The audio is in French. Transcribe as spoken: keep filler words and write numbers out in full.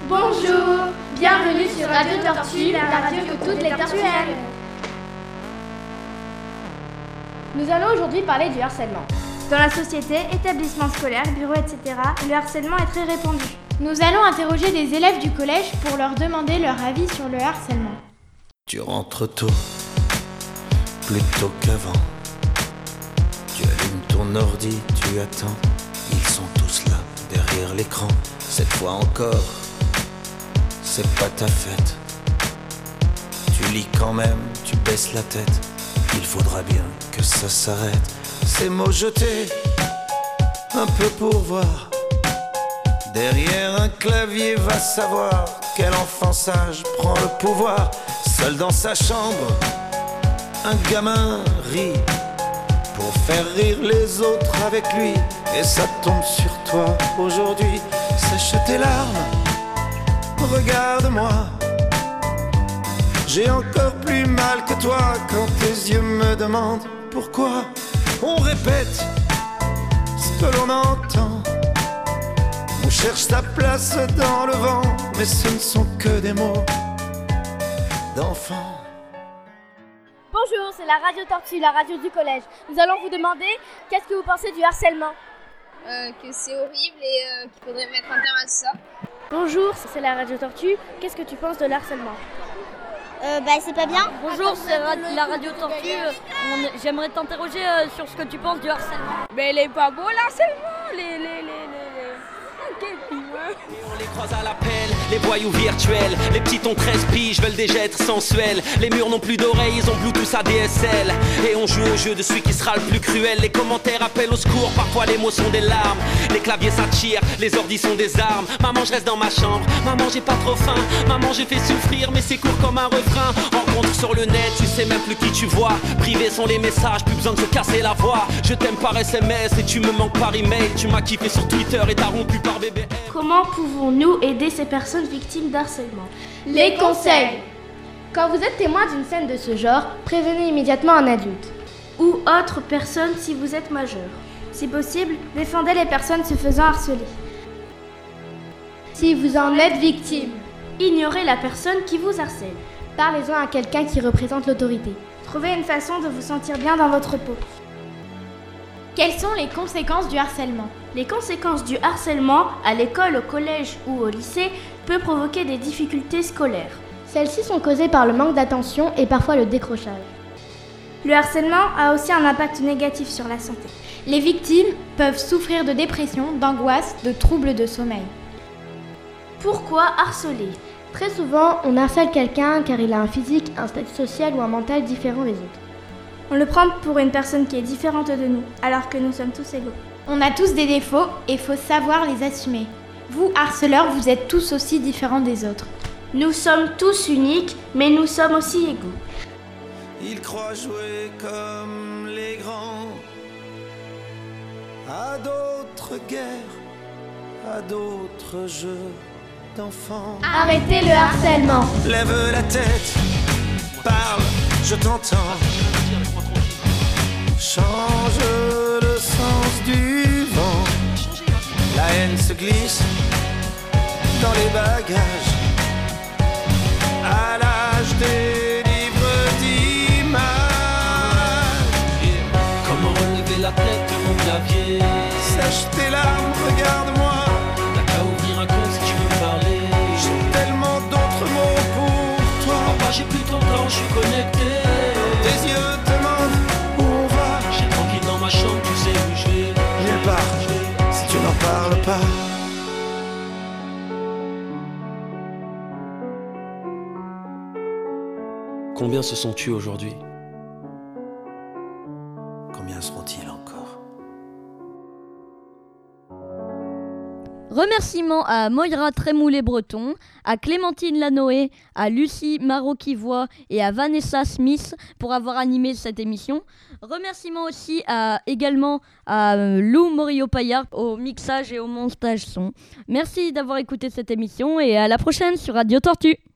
Bonjour, bienvenue sur Radio Tortue, la radio que toutes les tortues aiment. Nous allons aujourd'hui parler du harcèlement. Dans la société, établissements scolaires, bureaux, et cetera, le harcèlement est très répandu. Nous allons interroger des élèves du collège pour leur demander leur avis sur le harcèlement. Tu rentres tôt, plus tôt qu'avant. Tu allumes ton ordi, tu attends. Ils sont tous là, derrière l'écran. Cette fois encore, c'est pas ta fête. Tu lis quand même, tu baisses la tête. Il faudra bien que ça s'arrête. Ces mots jetés, un peu pour voir. Derrière un clavier, va savoir quel enfant sage prend le pouvoir. Seul dans sa chambre, un gamin rit pour faire rire les autres avec lui. Et ça tombe sur toi aujourd'hui. Sèche tes larmes, regarde-moi. J'ai encore plus mal que toi quand tes yeux me demandent pourquoi. On répète ce que l'on entend. On cherche sa place dans le vent, mais ce ne sont que des mots d'enfant. Bonjour, c'est la Radio Tortue, la radio du collège. Nous allons vous demander qu'est-ce que vous pensez du harcèlement. euh, Que c'est horrible et euh, qu'il faudrait mettre un terme à ça. Bonjour, c'est la Radio Tortue. Qu'est-ce que tu penses de l'harcèlement? Euh, bah c'est pas bien. Bonjour, c'est ra- la Radio Tortue. On- J'aimerais t'interroger euh, sur ce que tu penses du harcèlement. Mais il est pas beau l'harcèlement, les les les les les. Ok, puis ouais. On les croise à l'appel, les voyous virtuels. Les petits ont treize piges, veulent déjà être sensuels. Les murs n'ont plus d'oreilles, ils ont Bluetooth à D S L. Et on joue au jeu de celui qui sera le plus cruel. Les commentaires appellent au secours, parfois les mots sont des larmes. Les claviers s'attirent, les ordis sont des armes. Maman, je reste dans ma chambre, maman, j'ai pas trop faim. Maman, j'ai fait souffrir, mais c'est court comme un refrain. Rencontre sur le net, tu sais même plus qui tu vois. Privés sont les messages, plus besoin de se casser la voix. Je t'aime par S M S et tu me manques par email. Tu m'as kiffé sur Twitter et t'as rompu par B B M. Comment pouvons-nous aider ces personnes victimes d'harcèlement? Les conseils. Quand vous êtes témoin d'une scène de ce genre, prévenez immédiatement un adulte. Ou autre personne si vous êtes majeur. Si possible, défendez les personnes se faisant harceler. Si vous en êtes victime, Ignorez la personne qui vous harcèle. parlez-en à quelqu'un qui représente l'autorité. Trouvez une façon de vous sentir bien dans votre peau. Quelles sont les conséquences du harcèlement? Les conséquences du harcèlement à l'école, au collège ou au lycée peut provoquer des difficultés scolaires. Celles-ci sont causées par le manque d'attention et parfois le décrochage. Le harcèlement a aussi un impact négatif sur la santé. Les victimes peuvent souffrir de dépression, d'angoisse, de troubles de sommeil. Pourquoi harceler? Très souvent, on harcèle quelqu'un car il a un physique, un statut social ou un mental différent des autres. On le prend pour une personne qui est différente de nous, alors que nous sommes tous égaux. On a tous des défauts et il faut savoir les assumer. Vous, harceleurs, vous êtes tous aussi différents des autres. Nous sommes tous uniques, mais nous sommes aussi égaux. Ils croient jouer comme les grands, à d'autres guerres, à d'autres jeux d'enfants. Arrêtez le harcèlement. Lève la tête, parle, je t'entends. Change le sens du vent. La haine se glisse dans les bagages. À l'âge des livres d'images. Comment relever la tête de mon clavier? Sèche tes larmes, regarde-moi. T'as qu'à ouvrir un compte si tu veux parler. J'ai tellement d'autres mots pour toi. Papa, j'ai plus ton temps, je suis connecté. Tes yeux demandent où on va. J'ai tranquille dans ma chambre, tu sais où je vais. Nulle part, si tu n'en parles pas. Combien se sont tués aujourd'hui? Combien seront-ils encore? Remerciements à Moira Trémoulet-Breton, à Clémentine Lanoé, à Lucie Marot-Quivois et à Vanessa Smith pour avoir animé cette émission. Remerciements aussi à, également à Lou Morillo-Payard au mixage et au montage son. Merci d'avoir écouté cette émission et à la prochaine sur Radio Tortue.